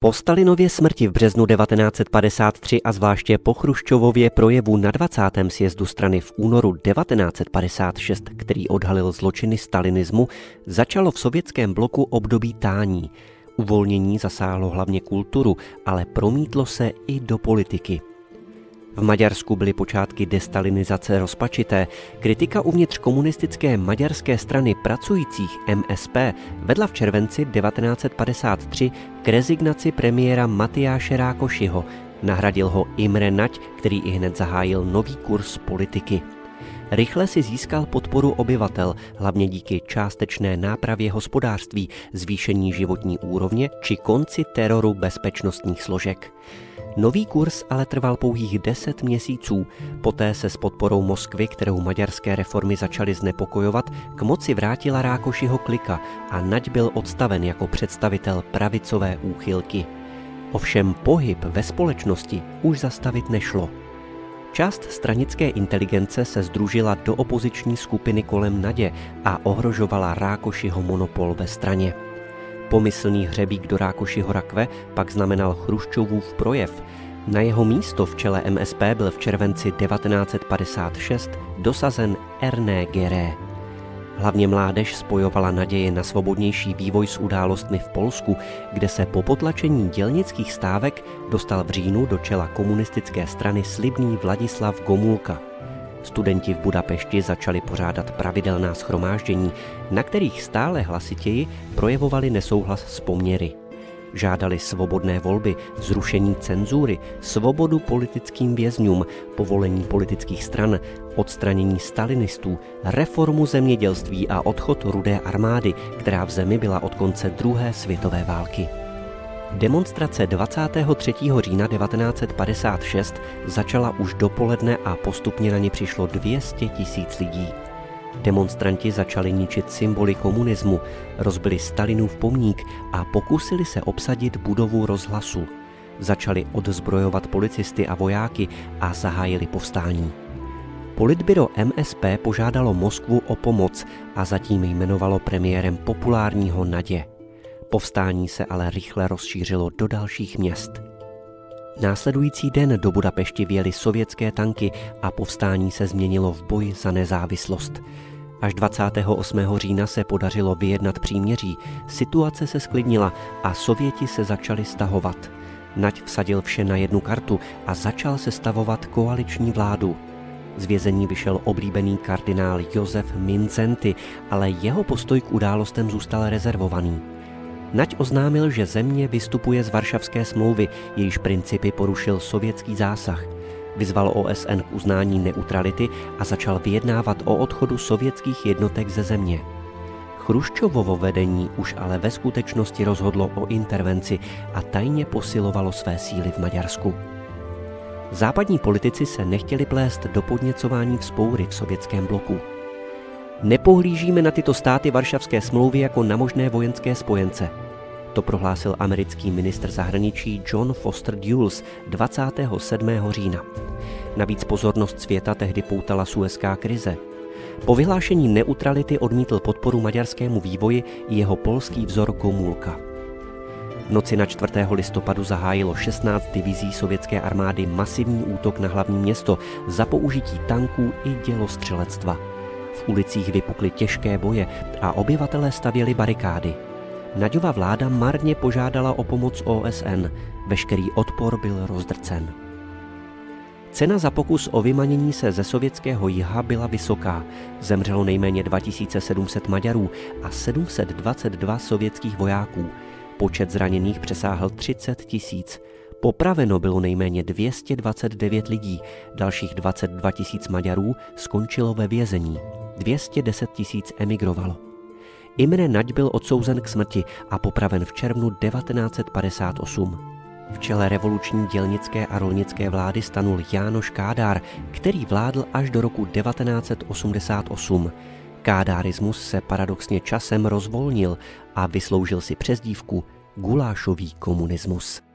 Po Stalinově smrti v březnu 1953 a zvláště po Chruščovově projevu na 20. sjezdu strany v únoru 1956, který odhalil zločiny stalinismu, začalo v sovětském bloku období tání. Uvolnění zasáhlo hlavně kulturu, ale promítlo se i do politiky. V Maďarsku byly počátky destalinizace rozpačité. Kritika uvnitř komunistické maďarské strany pracujících MSP vedla v červenci 1953 k rezignaci premiéra Matyáše Rákošiho. Nahradil ho Imre Nagy, který ihned zahájil nový kurz politiky. Rychle si získal podporu obyvatel, hlavně díky částečné nápravě hospodářství, zvýšení životní úrovně či konci teroru bezpečnostních složek. Nový kurz ale trval pouhých 10 měsíců. Poté se s podporou Moskvy, kterou maďarské reformy začaly znepokojovat, k moci vrátila Rákošiho klika a Nagy byl odstaven jako představitel pravicové úchylky. Ovšem pohyb ve společnosti už zastavit nešlo. Část stranické inteligence se sdružila do opoziční skupiny kolem Nadě a ohrožovala Rákošiho monopol ve straně. Pomyslný hřebík do Rákošiho rakve pak znamenal Chruščovův projev. Na jeho místo v čele MSP byl v červenci 1956 dosazen Erne Geré. Hlavně mládež spojovala naděje na svobodnější vývoj s událostmi v Polsku, kde se po potlačení dělnických stávek dostal v říjnu do čela komunistické strany slibný Vladislav Gomulka. Studenti v Budapešti začali pořádat pravidelná shromáždění, na kterých stále hlasitěji projevovali nesouhlas s poměry. Žádali svobodné volby, zrušení cenzury, svobodu politickým vězňům, povolení politických stran, odstranění stalinistů, reformu zemědělství a odchod Rudé armády, která v zemi byla od konce druhé světové války. Demonstrace 23. října 1956 začala už dopoledne a postupně na ně přišlo 200 000 lidí. Demonstranti začali ničit symboly komunismu, rozbili Stalinův pomník a pokusili se obsadit budovu rozhlasu. Začali odzbrojovat policisty a vojáky a zahájili povstání. Politbyro MSP požádalo Moskvu o pomoc a zatím jmenovalo premiérem populárního Nadě. Povstání se ale rychle rozšířilo do dalších měst. Následující den do Budapešti vjeli sovětské tanky a povstání se změnilo v boj za nezávislost. Až 28. října se podařilo vyjednat příměří, situace se sklidnila a Sověti se začali stahovat. Nagy vsadil vše na jednu kartu a začal sestavovat koaliční vládu. Z vězení vyšel oblíbený kardinál Josef Mindszenty, ale jeho postoj k událostem zůstal rezervovaný. Nagy oznámil, že země vystupuje z Varšavské smlouvy, jejíž principy porušil sovětský zásah. Vyzval OSN k uznání neutrality a začal vyjednávat o odchodu sovětských jednotek ze země. Chruščovovo vedení už ale ve skutečnosti rozhodlo o intervenci a tajně posilovalo své síly v Maďarsku. Západní politici se nechtěli plést do podněcování vzpoury v sovětském bloku. Nepohlížíme na tyto státy Varšavské smlouvy jako na možné vojenské spojence. To prohlásil americký ministr zahraničí John Foster Dulles 27. října. Navíc pozornost světa tehdy poutala suezká krize. Po vyhlášení neutrality odmítl podporu maďarskému vývoji i jeho polský vzor Gomulka. V noci na 4. listopadu zahájilo 16 divizí sovětské armády masivní útok na hlavní město za použití tanků i dělostřelectva. V ulicích vypukly těžké boje a obyvatelé stavěli barikády. Nagyova vláda marně požádala o pomoc OSN, veškerý odpor byl rozdrcen. Cena za pokus o vymanění se ze sovětského jiha byla vysoká. Zemřelo nejméně 2700 Maďarů a 722 sovětských vojáků. Počet zraněných přesáhl 30 000. Popraveno bylo nejméně 229 lidí, dalších 22 000 Maďarů skončilo ve vězení. 210 000 emigrovalo. Imre Nagy byl odsouzen k smrti a popraven v červnu 1958. V čele revoluční dělnické a rolnické vlády stanul Jánoš Kádár, který vládl až do roku 1988. Kádárismus se paradoxně časem rozvolnil a vysloužil si přezdívku gulášový komunismus.